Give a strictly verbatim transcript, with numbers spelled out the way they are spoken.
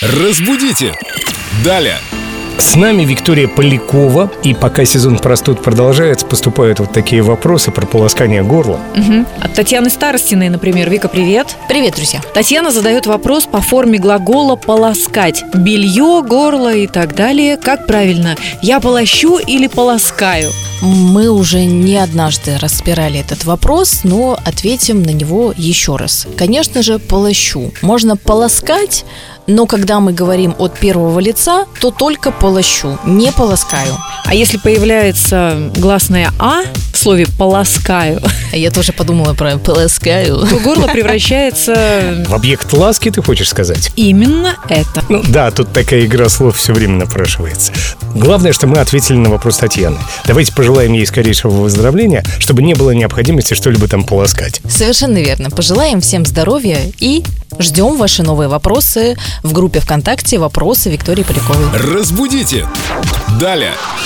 Разбудите! Далее! С нами Виктория Полякова. И пока сезон простуд продолжается, поступают вот такие вопросы про полоскание горла. Угу. От Татьяны Старостиной, например. Вика, привет. Привет, друзья. Татьяна задает вопрос по форме глагола «полоскать». Белье, горло и так далее. Как правильно? Я полощу или полоскаю? Мы уже не однажды разбирали этот вопрос, но ответим на него еще раз. Конечно же, полощу. Можно полоскать, но когда мы говорим от первого лица, то только полощу, не полоскаю. А если появляется гласное «а» в слове «полоскаю», Я тоже подумала про полоскаю. то горло превращается В объект ласки, ты хочешь сказать? именно это. Ну да, тут такая игра слов все время напрашивается. Главное, что мы ответили на вопрос Татьяны. Давайте пожелаем ей скорейшего выздоровления, чтобы не было необходимости что-либо там полоскать. Совершенно верно. Пожелаем всем здоровья и ждем ваши новые вопросы в группе ВКонтакте «Вопросы Виктории Поляковой». Разбудите! Далее!